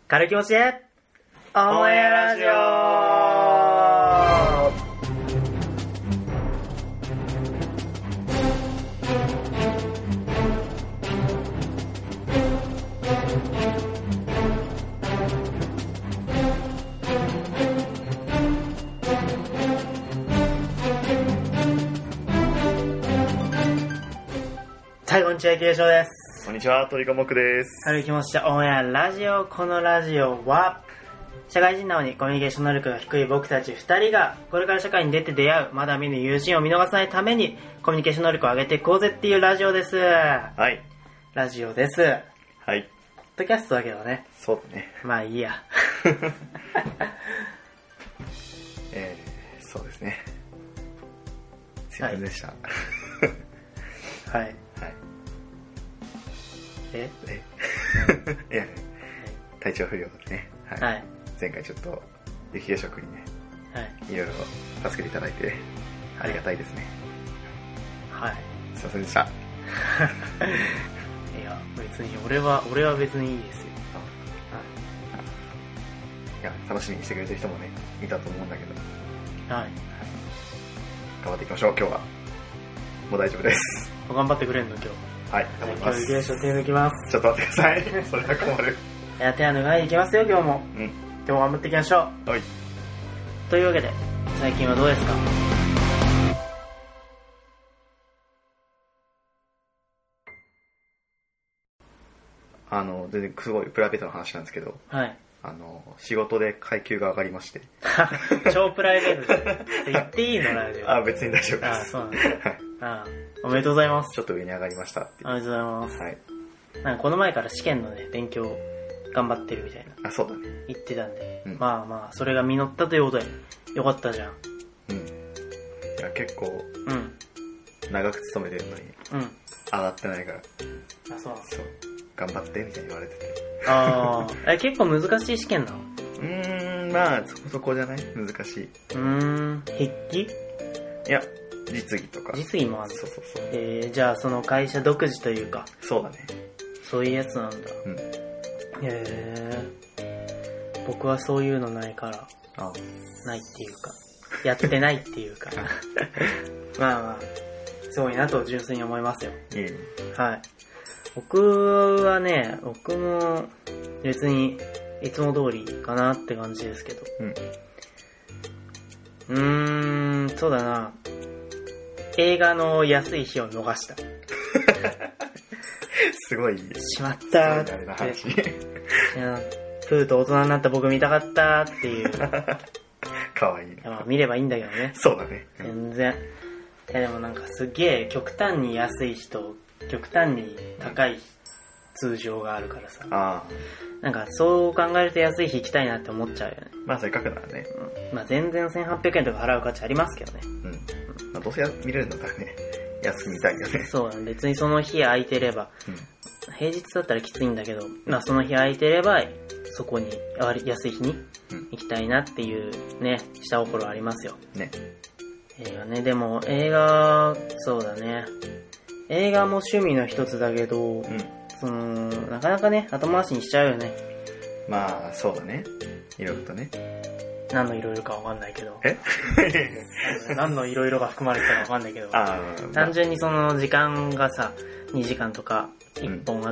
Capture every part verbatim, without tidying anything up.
軽い気持ちでオンエアラジオ。はい、こんにちは、池江翔です。 こんにちは、鳥五目です。 軽い気持ちでオンエアラジオ。このラジオは社会人なのにコミュニケーション能力が低い僕たちふたりがこれから社会に出て出会うまだ見ぬ友人を見逃さないためにコミュニケーション能力を上げていこうぜっていうラジオです。 はい。 ラジオです。 はい。 ポッドキャストだけどね。 そうだね。 まあいいや。 えー、そうですね。すいませんでした。 はい。はい。 ええいや、体調不良でね、はいはい、前回ちょっと雪化食にね、はい、いろいろ助けていただいてありがたいですね。はい、すいませんでした。いや別に俺は俺は別にいいですよ。 はい、いや楽しみにしてくれてる人もねいたと思うんだけど、はい、はい、頑張っていきましょう。今日はもう大丈夫です。 頑張ってくれんの今日。はい、頑張ります。今日雪化粧手抜きます。 ちょっと待ってください。それは困る。 いや、手は脱いでいきますよ、今日も。うん。今日も頑張っていきましょう。はい。というわけで、最近はどうですか？ あの、全然すごいプライベートな話なんですけど、はい。あの、仕事で階級が上がりまして。 超プライベートで。言っていいのラジオ。 あ、別に大丈夫です。 あ、そうなんです。はい。あおめでとうございます。 ちょっと上に上がりましたっていう。 おめでとうございます。はい。なんかこの前から試験のね、勉強頑張ってるみたいな。 あ、そうだね。 言ってたんで。うん、まあまあ、それが実ったということで、よかったじゃん。 うん。いや、結構、うん。長く勤めてるのに、うん。上がってないから。 あ、そうなんです。 そう。頑張ってみたいに言われてて。 ああ。え、結構難しい試験なの？ うーん、まあ、そこそこじゃない？難しい。うーん、筆記？ いや、実技とか。 実技もある。 そうそうそう。 えー、じゃあその会社独自というか。 そうだね。 そういうやつなんだ。うん。へえー。僕はそういうのないから。ああ。ないっていうか。やってないっていうか。まあまあ、すごいなと純粋に思いますよ。いいね。はい。僕はね、僕も別にいつも通りかなって感じですけど。うん。うーん、そうだな。映画の安い日を逃した。 すごい。 しまったーって。いや、プーと大人になった僕見たかったーっていう。 かわいい。 まあ見ればいいんだけどね。 そうだね。 全然。いやでもなんかすげえ極端に安い日と極端に高い通常があるからさ。ああ。なんかそう考えると安い日行きたいなって思っちゃうよね。 まあせっかくならね。 うん、まあ全然せんはっぴゃくえんとか払う価値ありますけどね。うん。 うん、まあどうせ見れるんだったらね、安く見たいよね。 そう、別にその日空いてれば、うん、平日だったらきついんだけど、まあその日空いてれば、そこに、安い日に行きたいなっていうね、下心ありますよ。ね。映画ね、でも映画、そうだね。映画も趣味の一つだけど、うん、その、なかなかね、後回しにしちゃうよね。 まあ、そうだね。いろいろとね。 何のいろいろかわかんないけど。 え何のいろいろが含まれてたかわかんないけど。あ単純にその時間がさ、にじかんとかいっぽんあって、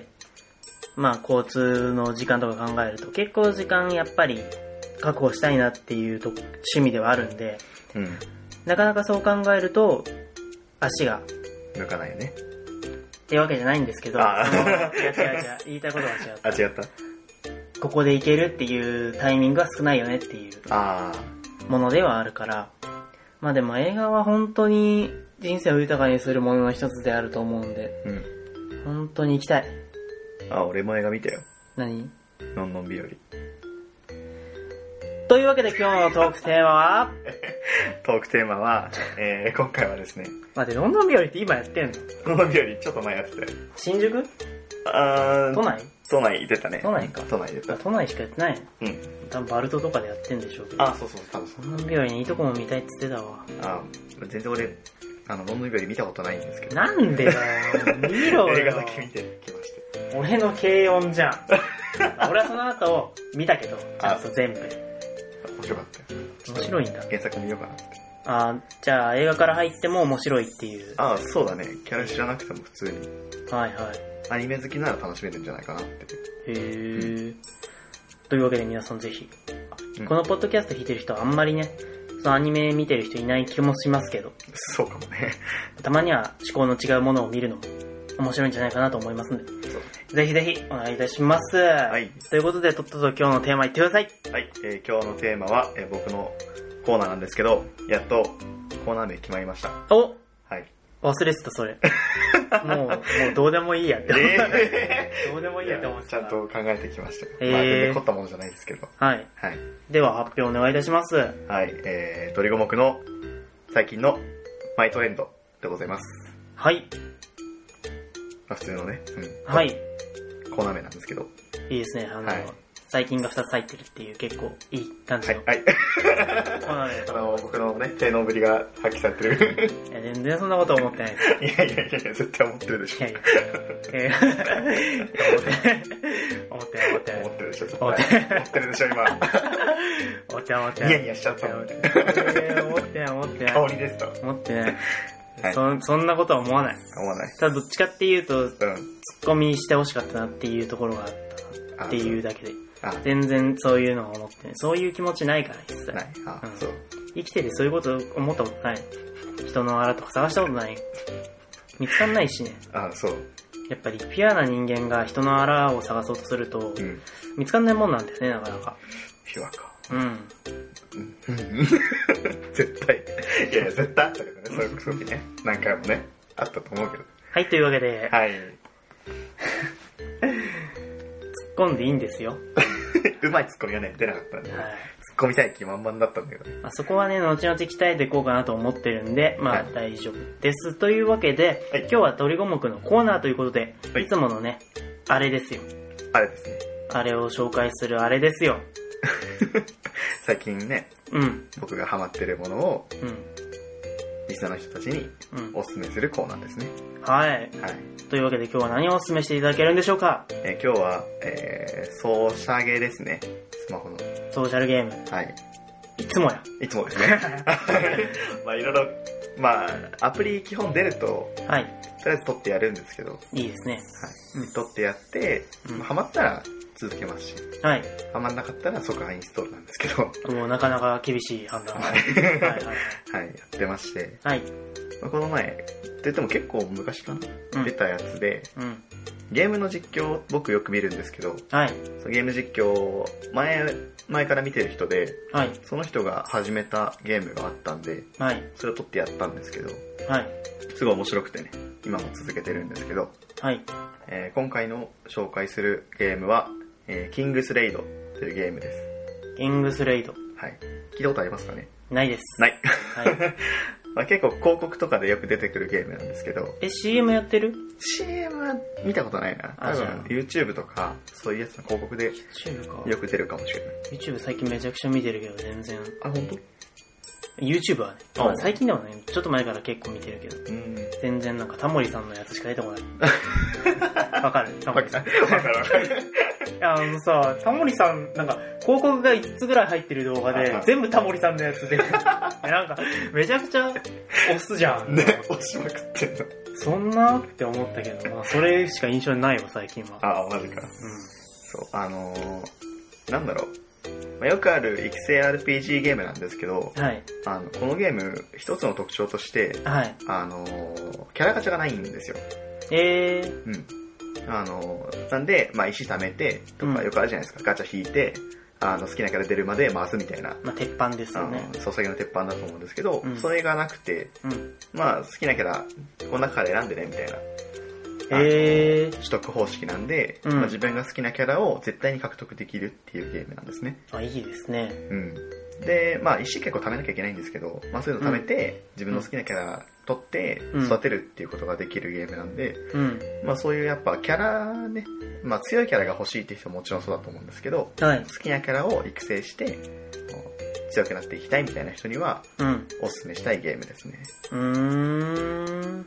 うん、まあ交通の時間とか考えると結構時間やっぱり確保したいなっていうと趣味ではあるんで、うん、なかなかそう考えると足が向かないよね。 っていうわけじゃないんですけど、あ違う違う違う、言いたいことは違った。 あ、違った。 ここで行けるっていうタイミングが少ないよねっていうものではあるから、まあでも映画は本当に人生を豊かにするものの一つであると思うんで、うん、本当に行きたい。 あ、俺も映画見たよ。 何？ のんのん日和。 というわけで今日のトークテーマはトークテーマは、えー、今回はですね。 待って、のんのん日和って今やってんの？ のんのん日和ちょっと前やってたよ。 新宿？ あー、 都内？ 都内出たね。 都内か。 都内出た。 都内しかやってないの？うん。多分バルトとかでやってんでしょうけど。 あ、そうそう、多分そう。 のんのん日和にいいとこも見たいって言ってたわ。 あ全然俺、あの、のんのん日和見たことないんですけど。 なんでだよ。見ろよ。 映画だけ見てきました。 俺の軽音じゃん。 俺はその後見たけど、ちゃんと全部。面白かったよ。 面白いんだ。 原作見ようかなって。 ああ、じゃあ映画から入っても面白いっていう。 ああ、そうだね。キャラ知らなくても普通に。 はいはい。 アニメ好きなら楽しめるんじゃないかなって。 へー。うん、というわけで皆さんぜひ、うん、このポッドキャスト弾いてる人はあんまりね、そのアニメ見てる人いない気もしますけど。 そうかもね。 たまには思考の違うものを見るのも面白いんじゃないかなと思いますんで。ぜひぜひお願いいたします。はい。ということで、とっとと今日のテーマいってください。 はい。えー、今日のテーマは、えー、僕のコーナーなんですけど、やっとコーナー名決まりました。 おはい。 忘れてた、それ。もう、もうどうでもいいやって。えー、どうでもいいやって思ってた。 ちゃんと考えてきました。えー、まあ全然凝ったものじゃないですけど。 はい。 はい。 では発表お願いいたします。 はい。えー、鳥五目の最近のマイトレンドでございます。 はい。 まあ普通のね。 うん。はい。 コーナー名なんですけど。 いいですね。あの、はい、最近がふたつ入ってるっていう結構いい感じの。 はい。はい。コーナー名。あの、僕のね、性能ぶりが発揮されてる。 いや、全然そんなこと思ってないです。 いやいやいや、絶対思ってるでしょ。いやいや。えー、思ってない。思ってない、思ってない。 思ってるでしょ、思って思ってるでしょ、今。 思ってない、思ってない。 ニヤニヤしちゃったもん。 思ってない、思ってない、思ってない。 香りですと。 思ってない。はい、そ, そんなことは思わない。 思わない。 ただどっちかっていうと、うん、ツッコミしてほしかったなっていうところがあったなっていうだけで。全然そういうのは思ってない。そういう気持ちないから一切。 ない。あ、うん、そう。 生きててそういうこと思ったことない。人の荒とか探したことない。見つかんないしね。 あ、そう。 やっぱりピュアな人間が人の荒を探そうとすると、うん、見つかんないもんなんだよね、なかなか。 ピュアか。 うん。 絶対。いやいや、絶対あったけどね、そういう時ね。何回もね、あったと思うけど。 はい、というわけで。 はい。 突っ込んでいいんですよ。 うまい突っ込みがね、出なかったんで、はい、突っ込みたい気満々だったんだけどね。 まあ、そこはね、後々鍛えていこうかなと思ってるんで、まあ、はい、大丈夫です。というわけで、はい、今日は鳥五目のコーナーということで、はい、いつものね、あれですよ。 あれですね。 あれを紹介するあれですよ。 最近ね、 うん、 僕がハマってるものを、 うん、 リスナーの人たちにおすすめするコーナーですね。 うん、はい。はい。というわけで今日は何をおすすめしていただけるんでしょうか？ えー、今日は、えー、ソーシャゲですね。スマホの。 ソーシャルゲーム。 はい。 いつもや。 いつもですね。まあいろいろ、まあアプリ基本出ると、 はい。 とりあえず撮ってやるんですけど。 いいですね。はい。 うん、撮ってやって、うん、ハマったら続けますし。 はい。 ハマんなかったら即アンインストールなんですけど。 もうなかなか厳しい判断を。はいはいはい。 はい、やってまして。 はい。 この前、って言っても結構昔かな、うん、出たやつで、 うん、 ゲームの実況僕よく見るんですけど、 はい、 そのゲーム実況前前から見てる人で、 はい、 その人が始めたゲームがあったんで、 はい、 それを撮ってやったんですけど、 はい、 すごい面白くてね、今も続けてるんですけど、 はいえー、今回の紹介するゲームは、えー、キングスレイドというゲームです。 キングスレイド、 はい、聞いたことありますかね？ ないです。 ない。はいまあ、結構広告とかでよく出てくるゲームなんですけど。 え、シーエム やってる？ シーエム は見たことないな。多分 YouTube とかそういうやつの広告でよく出るかもしれない。 YouTube 最近めちゃくちゃ見てるけど全然。 あ、本当 ？YouTube はね、まあ、最近でもね、ちょっと前から結構見てるけど、 うん、 全然なんかタモリさんのやつしか出てこない。わかる？タモリさん。わかるわかる。 いや、あのさ、タモリさん、なんか、広告がいつつぐらい入ってる動画で、全部タモリさんのやつで、なんか、めちゃくちゃ押すじゃん。 ね、押しまくってんの。 そんなって思ったけど、まあ、それしか印象にないわ、最近は。 あ、マジか。 うん。 そう、あのー、なんだろう。まあ、よくある育成 アールピージー ゲームなんですけど、 はい、 あのこのゲーム一つの特徴として、 はい、 あのキャラガチャがないんですよ。 えー、 うん。あのなんで、まあ、石貯めてとかよくあるじゃないですか、うん、ガチャ引いてあの好きなキャラ出るまで回すみたいな、 まあ、鉄板ですよね。 注ぎの鉄板だと思うんですけど、うん、それがなくて、 うん、 まあ好きなキャラこの中から選んでねみたいな。 えー、 取得方式なんで、うんまあ、自分が好きなキャラを絶対に獲得できるっていうゲームなんですね。 あ、いいですね。 うん。で、まあ石結構貯めなきゃいけないんですけど、まあそういうの貯めて、うん、自分の好きなキャラ取って育てるっていうことができるゲームなんで、 うん、 まあそういうやっぱキャラね、まあ強いキャラが欲しいっていう人ももちろんそうだと思うんですけど、 はい、 好きなキャラを育成して強くなっていきたいみたいな人には、 うん、 おすすめしたいゲームですね。 うーん。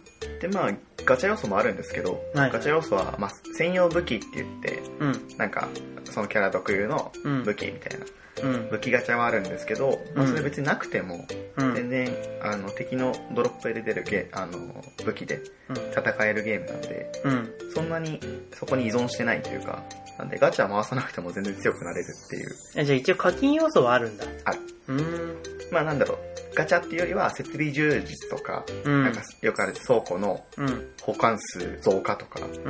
でまあガチャ要素もあるんですけど、はい、ガチャ要素は、まあ、専用武器って言って、うん、なんかそのキャラ特有の武器みたいな、うん、武器ガチャはあるんですけど、まあ、それ別になくても、うん、全然あの敵のドロップで出るゲあの武器で戦えるゲームなんで、うん、そんなにそこに依存してないというか、なんでガチャ回さなくても全然強くなれるっていう。 え、じゃあ一応課金要素はあるんだ。 ある。うーん。まあなんだろう、ガチャっていうよりは設備充実とか、うん、なんかよくある倉庫の保管数増加とか、うん、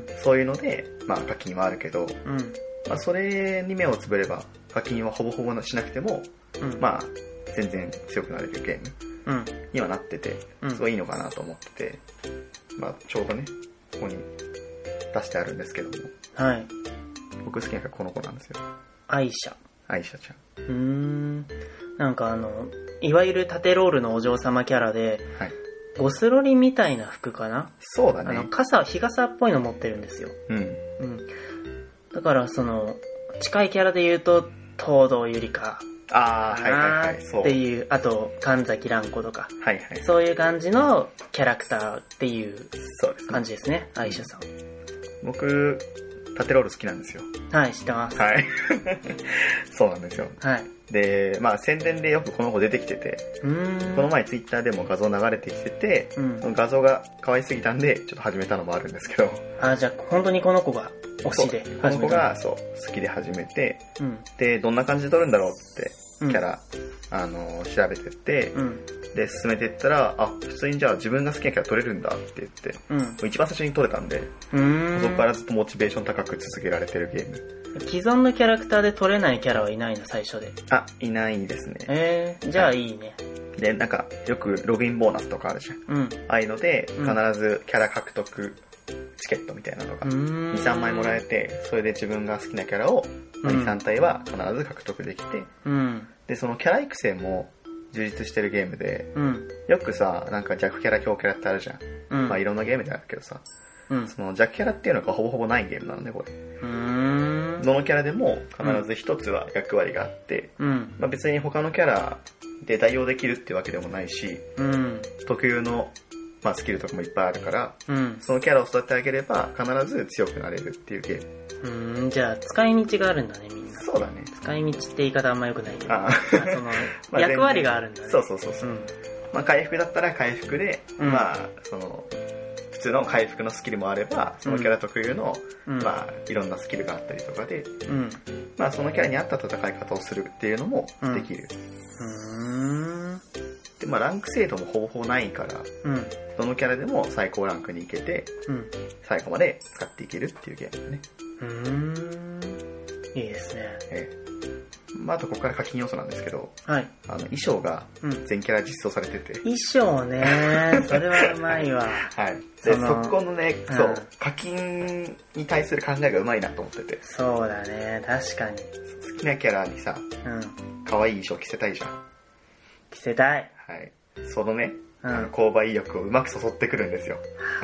そういうので、まあ課金はあるけど、うん、まあそれに目をつぶれば課金はほぼほぼしなくても、うん、まあ全然強くなれるゲームにはなってて、すごいいいのかなと思ってて、まあちょうどね、ここに出してあるんですけども、はい。僕好きなのがこの子なんですよ。 アイシャ。 アイシャちゃん。 うーん。なんかあの、いわゆる縦ロールのお嬢様キャラで、はい、ゴスロリみたいな服かな。 そうだね。 あの傘、日傘っぽいの持ってるんですよ。うん。うん。だからその、近いキャラで言うと、東堂ゆりか。 ああ、はいはいはい。 そう。っていう、あと、神崎蘭子とか。はいはい。そういう感じのキャラクターっていう感じですね、アイシャさん。 僕、縦ロール好きなんですよ。 はい、知ってます。 はい。そうなんですよ。はい。で、まあ宣伝でよくこの子出てきてて、うーんこの前ツイッターでも画像流れてきてて、うん、その画像が可愛すぎたんで、ちょっと始めたのもあるんですけど。 あ、じゃあ本当にこの子が推しで始めた。 この子がそう、好きで始めて、うん、で、どんな感じで撮るんだろうってキャラ、うん、あの、調べてって、うん、で、進めていったら、あ、普通にじゃあ自分が好きなキャラ撮れるんだって言って、うん、一番最初に撮れたんで、うーんそこからずっとモチベーション高く続けられてるゲーム。 既存のキャラクターで撮れないキャラはいないの、最初で。 あ、いないですね。 えー、じゃあいいね。 で、なんか、よくログインボーナスとかあるじゃん。うん。ああいうので、必ずキャラ獲得チケットみたいなのがに、さんまいもらえて、それで自分が好きなキャラをに、さんたいは必ず獲得できて、うん。で、そのキャラ育成も充実してるゲームで、うん。よくさ、なんか弱キャラ強キャラってあるじゃん。うん。まあいろんなゲームであるけどさ、うん。その弱キャラっていうのがほぼほぼないゲームなのね、これ。うーん。どのキャラでも必ず一つは役割があって、うん。まあ別に他のキャラで代用できるってわけでもないし、うん。特有の、まあ、スキルとかもいっぱいあるから、うん。そのキャラを育ててあげれば必ず強くなれるっていうゲーム。うーん、じゃあ使い道があるんだね、みんな。 そうだね。 使い道って言い方あんま良くないけど。ああ。その、役割があるんだね。 そうそうそうそう。うん、まあ回復だったら回復で、うん、まあ、その、普通の回復のスキルもあれば、そのキャラ特有の、うん、まあ、いろんなスキルがあったりとかで、うん、まあ、そのキャラに合った戦い方をするっていうのもできる。うん、で、まあ、ランク制度もほぼほぼないから、うん、どのキャラでも最高ランクに行けて、うん、最後まで使っていけるっていうゲームだね。うーん、いいですね。ええ、 まあ、あとここから課金要素なんですけど、はい、あの衣装が全キャラ実装されてて、 うん、衣装ね、それはうまいわ。 はい。で、そこのね、そう、うん、課金に対する考えがうまいなと思ってて。 そうだね、確かに。 好きなキャラにさ、うん、可愛い衣装着せたいじゃん。 着せたい。 はい。そのね、うん、あの購買意欲をうまく誘ってくるんですよ。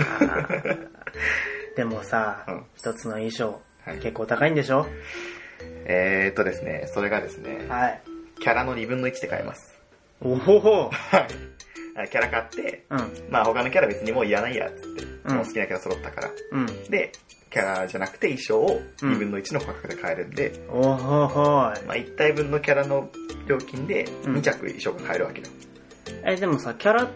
でもさ、うん、一つの衣装、はい、結構高いんでしょ？ えーっとですね、それがですね、はい、キャラのにぶんのいちで買えます。 おほほ。 はい。キャラ買って、うん、まあ他のキャラ別にもういらないやっつって、うん、もう好きなキャラ揃ったから、うん、で、キャラじゃなくて衣装をにぶんのいちの価格で買えるんで、うん、おほほ。まあいったいぶんのキャラの料金でに着衣装が買えるわけよ。 え、でもさ、キャラって、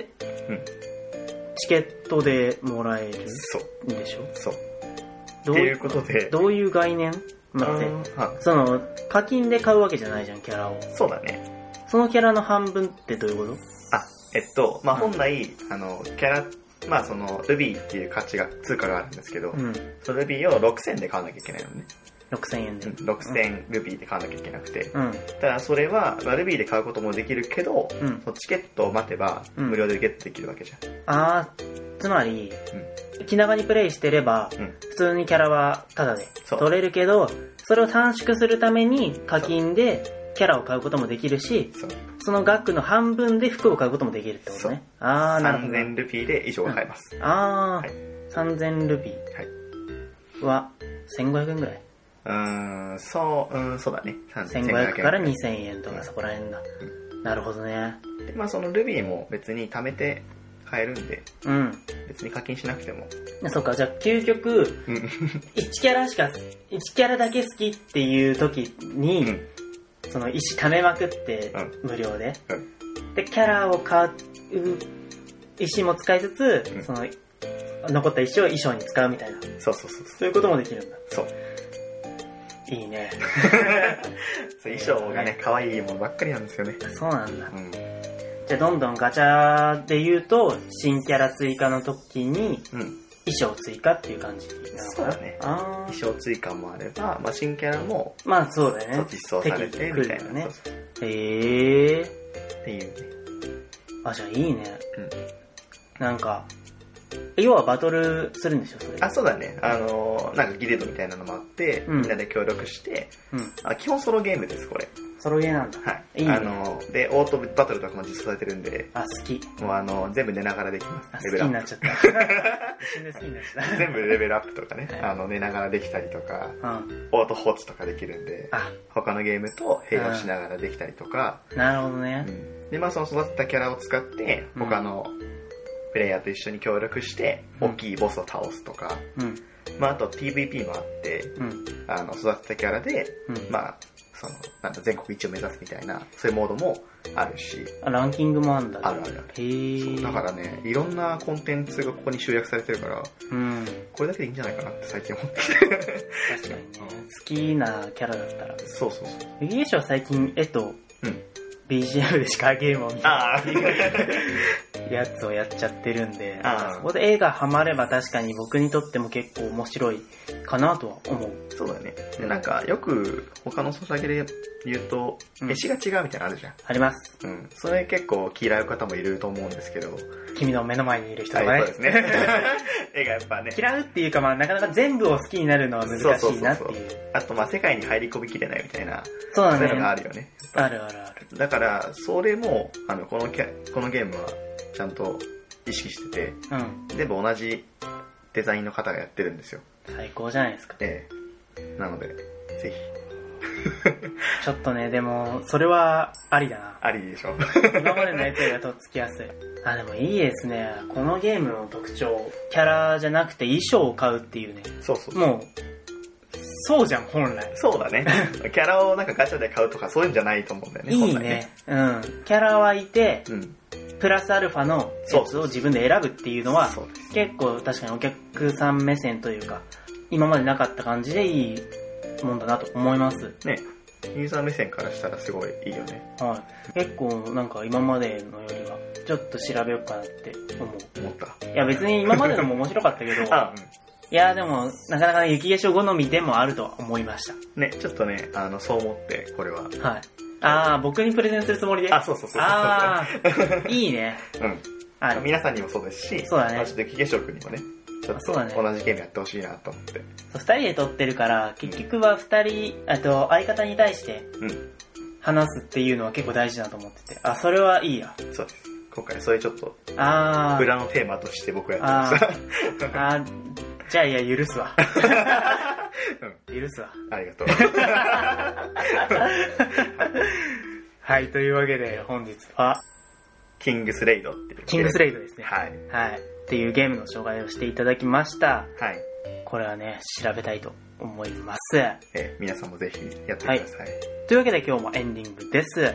うん、チケットでもらえるんでしょ？ そう。そう。っていうことで、 どういう概念？待って、その、課金で買うわけじゃないじゃん、キャラを。 そうだね。 そのキャラの半分ってどういうこと？ あ、えっと、まあ、本来、うん、あの、キャラ、まあ、その、ルビーっていう価値が、通貨があるんですけど、うん、そのルビーをろくせんで買わなきゃいけないのね。 ろくせんえんで。 ろくせんルビーで買わなきゃいけなくて。うん、ただ、それは、まあ、ルビーで買うこともできるけど、うん、そのチケットを待てば、無料でゲットできるわけじゃん。うん、 あー、つまり、うん、気長にプレイしてれば、うん、普通にキャラはタダで取れるけど、それを短縮するために課金でキャラを買うこともできるし、そ, その額の半分で服を買うこともできるってことね。あー、なるほど。 さんぜんルピーで衣装が買えます。 うん、あー、はい、さんぜんルピーはせんごひゃくえんぐらい。 うーん、そう、うん、そうだね。 せんごひゃくからにせんえんとかそこら辺だ。うん、なるほどね。 で、まあそのルビーも別に貯めて買えるんで、うん、別に課金しなくても。 そうか、じゃあ究極いちキャラしかいちキャラだけ好きっていう時に、うん、その石貯めまくって、うん、無料で、うん、でキャラを買う石も使いつつ、うん、その残った石を衣装に使うみたいな。 そうそうそう。 そういうこともできるんだ。 そう。 いいね。 そう衣装がね、可愛いものばっかりなんですよね。 そうなんだ。うん、じゃあどんどんガチャで言うと、新キャラ追加の時に、うん、衣装追加っていう感じなのかな。 そうだね。あ衣装追加もあれば、まあ、新キャラも、 まあそうだよね。 実装されてみたいなね。 へー。 っていうね。 あ、じゃあいいね。うん。なんか、要はバトルするんでしょ、それ。 あ、そうだね。あのー、なんかギルドみたいなのもあって、うん、みんなで協力して、うん、あ基本ソロゲームです、これ。 ソロゲーなんだ。 はい。いいね、あのー、で、オートバトルとかも実装されてるんで。 あ、好き。 もうあのー、全部寝ながらできます。 あ、好きになっちゃった。一瞬で好きになっちゃった。 全部レベルアップとかね、はい、あの、寝ながらできたりとか、うん、オート放置とかできるんで、他のゲームと併用しながらできたりとか。 うん、なるほどね。 うん、で、まあその育てたキャラを使って、他の、うんプレイヤーと一緒に協力して大きいボスを倒すとか、うん、まああと ピーブイピー もあって、うん、あの育てたキャラで、うん、まあそのなんだ全国一を目指すみたいなそういうモードもあるし、 あランキングもあるんだ、ね。 あるあるある。へー。だからねいろんなコンテンツがここに集約されてるから、うん、これだけでいいんじゃないかなって最近思ってきて。確かにね。 好きなキャラだったら。 そうそうそう。 ユギゲーショは最近絵と、うん、ビージーエム でしかゲームを見ないやつをやっちゃってるんで、そこで絵がハマれば確かに僕にとっても結構面白いかなとは思う。 そうだね。でなんかよく他のソシャゲで言うと、絵師が違うみたいなのあるじゃん。 あります。 うん。それ結構嫌う方もいると思うんですけど。 君の目の前にいる人とかね。 そうですね。絵がやっぱね。 嫌うっていうかまあなかなか全部を好きになるのは難しいなっていう。そうそうそうそう。 あとまあ世界に入り込みきれないみたいな。 そうだね。 そういうのがあるよね。 あるあるある。 だからそれもあのこのキャこのゲームはちゃんと意識してて、うん、全部同じデザインの方がやってるんですよ。 最高じゃないですか。 ええ。なのでぜひ。ちょっとねでもそれはありだな。 ありでしょ。 今までのやつよりはとっつきやすい。あでもいいですね。このゲームの特徴、キャラじゃなくて衣装を買うっていうね。 そうそうそう。 もうそうじゃん本来。 そうだね。キャラをなんかガチャで買うとかそういうんじゃないと思うんだよね。 いいね。うん。キャラはいて、うん、プラスアルファのやつを自分で選ぶっていうのは結構確かにお客さん目線というか今までなかった感じでいいもんだなと思います。 ね。ユーザー目線からしたらすごいいいよね。 はい。結構なんか今までのよりはちょっと調べようかなって思う。 思った。 いや別に今までのも面白かったけど。あ、うんいやでもなかなかね雪化粧好みでもあるとは思いましたね。ちょっとねあのそう思ってこれははいああ僕にプレゼンするつもりであそうそうそうそうああいいねうんあ皆さんにもそうですしそうだねちょっと雪化粧くんにもねちょっと同じゲームやってほしいなと思ってそうふたりで撮ってるから結局はふたりあと相方に対して話すっていうのは結構大事だと思っててあそれはいいやそうです今回それちょっとあ裏のテーマとして僕はやってましたああじゃあいや許すわ、うん、許すわありがとうはいというわけで本日はキングスレイドっていうキングスレイドですねはい、 はい、っていうゲームの紹介をしていただきましたはいこれはね調べたいと思いますえ皆さんもぜひやってください、はい、 というわけで今日もエンディングです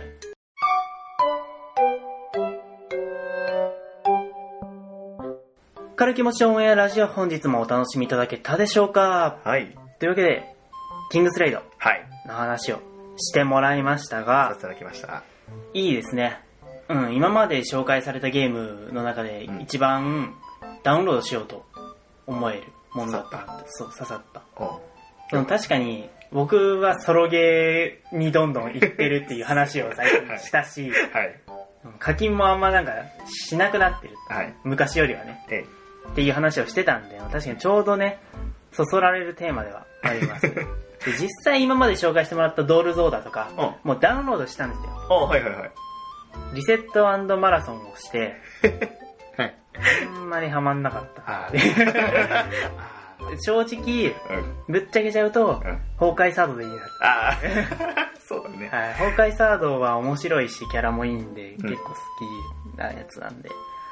軽気持ちオンエアラジオ本日もお楽しみいただけたでしょうかはいというわけでキングスレイドはいの話をしてもらいましたがいただきましたいいですねうん今まで紹介されたゲームの中で一番ダウンロードしようと思えるものだった、うん、そう刺さったでも確かに僕はソロゲーにどんどん行ってるっていう話を最近したし、はいはい、課金もあんまなんかしなくなってる、はい、昔よりはね、ええっていう話をしてたんで確かにちょうどねそそられるテーマではありますで実際今まで紹介してもらったドールゾーダとか、うん、もうダウンロードしたんですよあ、はいはいはい、 リセット&マラソンをして、はい、あんまりハマんなかった正直、うん、ぶっちゃけちゃうと、うん、崩壊サードでいいなあそうだね、 はい、崩壊サードは面白いしキャラもいいんで、うん、結構好きなやつなんで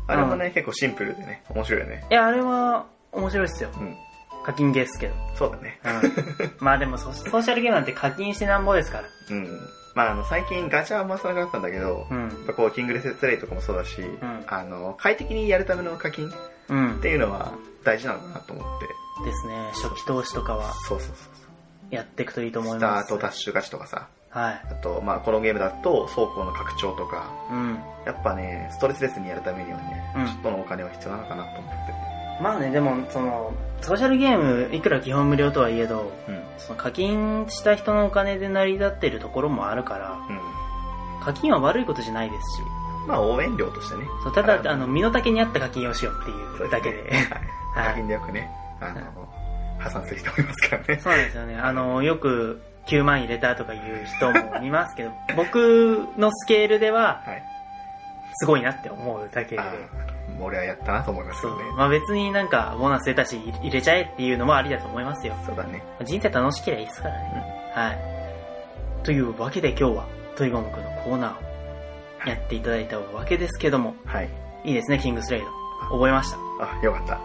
あれもね、うん、結構シンプルでね、面白いよね。 いや、あれは面白いっすよ。うん。課金ゲーっすけど。 そうだね。 うん。まあでもソ、ソーシャルゲームなんて課金してなんぼですから。 うん。まあ、あの、最近ガチャはあんま少なくなったんだけど、うん、やっぱこう、キングレスプレイとかもそうだし、うん、あの、快適にやるための課金っていうのは大事なのかなと思って。 ですね。初期投資とかは。 そうそうそう。 やっていくといいと思います。 スタートダッシュ勝ちとかさ。 はい。 あと、まあ、このゲームだと、倉庫の拡張とか。うん。やっぱね、ストレスレスにやるためにはね、うん、ちょっとのお金は必要なのかなと思って。 まあね、でも、その、ソーシャルゲーム、いくら基本無料とはいえど、うん、その課金した人のお金で成り立っているところもあるから、うん、課金は悪いことじゃないですし。 まあ、応援料としてね。 そう、ただ、あの、身の丈に合った課金をしようっていうだけで。でね、 はい。課金でよくね、あの、破産する人もいますからね。 そうなんですよね。あの、よくきゅうまん入れたとかいう人もいますけど、僕のスケールでは、すごいなって思うだけで。 俺はやったなと思いますよね。 まあ別になんかボーナス出たし入れちゃえっていうのもありだと思いますよ。 そうだね。 人生楽しければいいですからね。うん、はい。というわけで今日はトイゴムくんのコーナーをやっていただいたわけですけども、はい。いいですね、キングスレイド。覚えました。 あ、よかった。はい、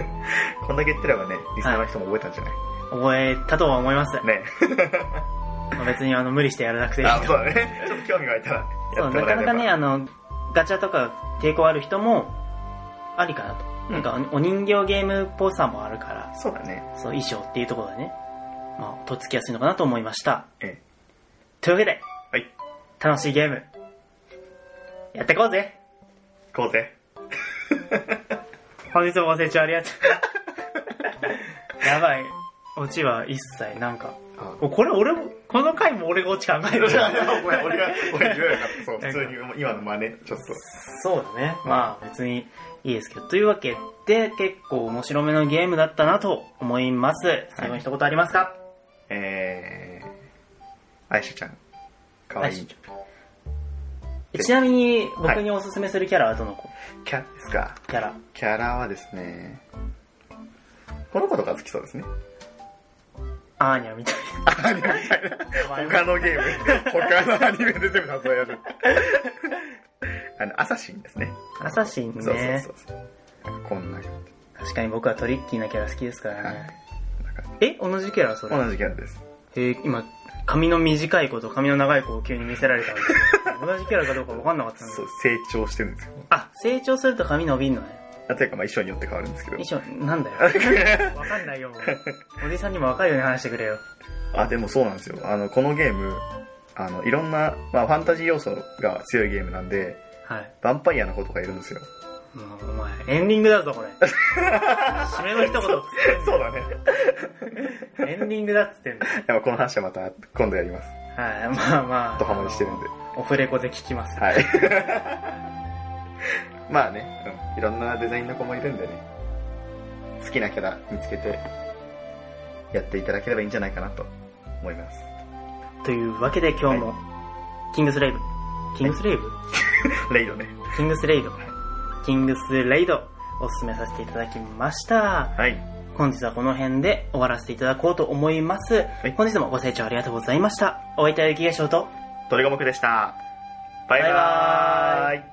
こんだけ言ってればね、リスナーの人も覚えたんじゃない、 はい、覚えたとは思います。 ね。 まあ別にあの無理してやらなくていいと。 あ、そうだね。ちょっと興味が湧いたらやってもらえれば。 そう、なかなかね、あの、ガチャとか抵抗ある人もありかなと。うん、なんかお人形ゲームっぽさもあるから。 そうだね。 そう、衣装っていうところでね、まあ、とっつきやすいのかなと思いました。 ええ。 というわけで、 はい。 楽しいゲーム、やってこうぜ。 こうぜ。 本日もご清聴ありがとう。やばい。オチは一切なんか。これ俺も、この回も俺がオチ考える。 ごめん、俺が、俺が言うよかった。そう、普通に今の真似、ちょっと。 そうだね。まあ別にいいですけど。というわけで、結構面白めのゲームだったなと思います。最後に一言ありますか？はい、 えー、アイシャちゃん。かわいい。 ちなみに僕におすすめするキャラはどの子？はい、 キャラですか？ キャラ。 キャラはですね、この子とか好きそうですね。 アーニャみたいな。アーニャみたいな。他のゲーム、他のアニメで全部例える。あの、アサシンですね。 アサシンね。 そうそうそうそう。こんな。 確かに僕はトリッキーなキャラ好きですからね。はい、え、同じキャラそれ？ 同じキャラです。 へえ、今、髪の短い子と髪の長い子を急に見せられたんですけど、同じキャラかどうか分かんなかったんです。 そう、成長してるんですよ。 あ、成長すると髪伸びんのね。 というか、まあ衣装によって変わるんですけど。 衣装、なんだよ。わかんないよ。おじさんにもわかるように話してくれよ。 あ、でもそうなんですよ。あの、このゲーム、あの、いろんな、まあファンタジー要素が強いゲームなんで、はい。ヴァンパイアの子とかいるんですよ。 もう、お前、エンディングだぞ、これ。締めの一言っつってんそうだね。 エンディングだっつってんだ。 やっぱこの話はまた今度やります。 はい、まあまあ。 ドハマりしてるんで。 オフレコで聞きます。 はい。まあね、うん、いろんなデザインの子もいるんでね、好きなキャラ見つけてやっていただければいいんじゃないかなと思います。 というわけで今日も、はい、キングスレイブキングスレイブレイドね。 キングスレイド、はい、キングスレイドおすすめさせていただきました。 はい。 本日はこの辺で終わらせていただこうと思います。はい、本日もご清聴ありがとうございました。お相手は雪化粧と鳥五目でした。バイバーイ。バイバーイ。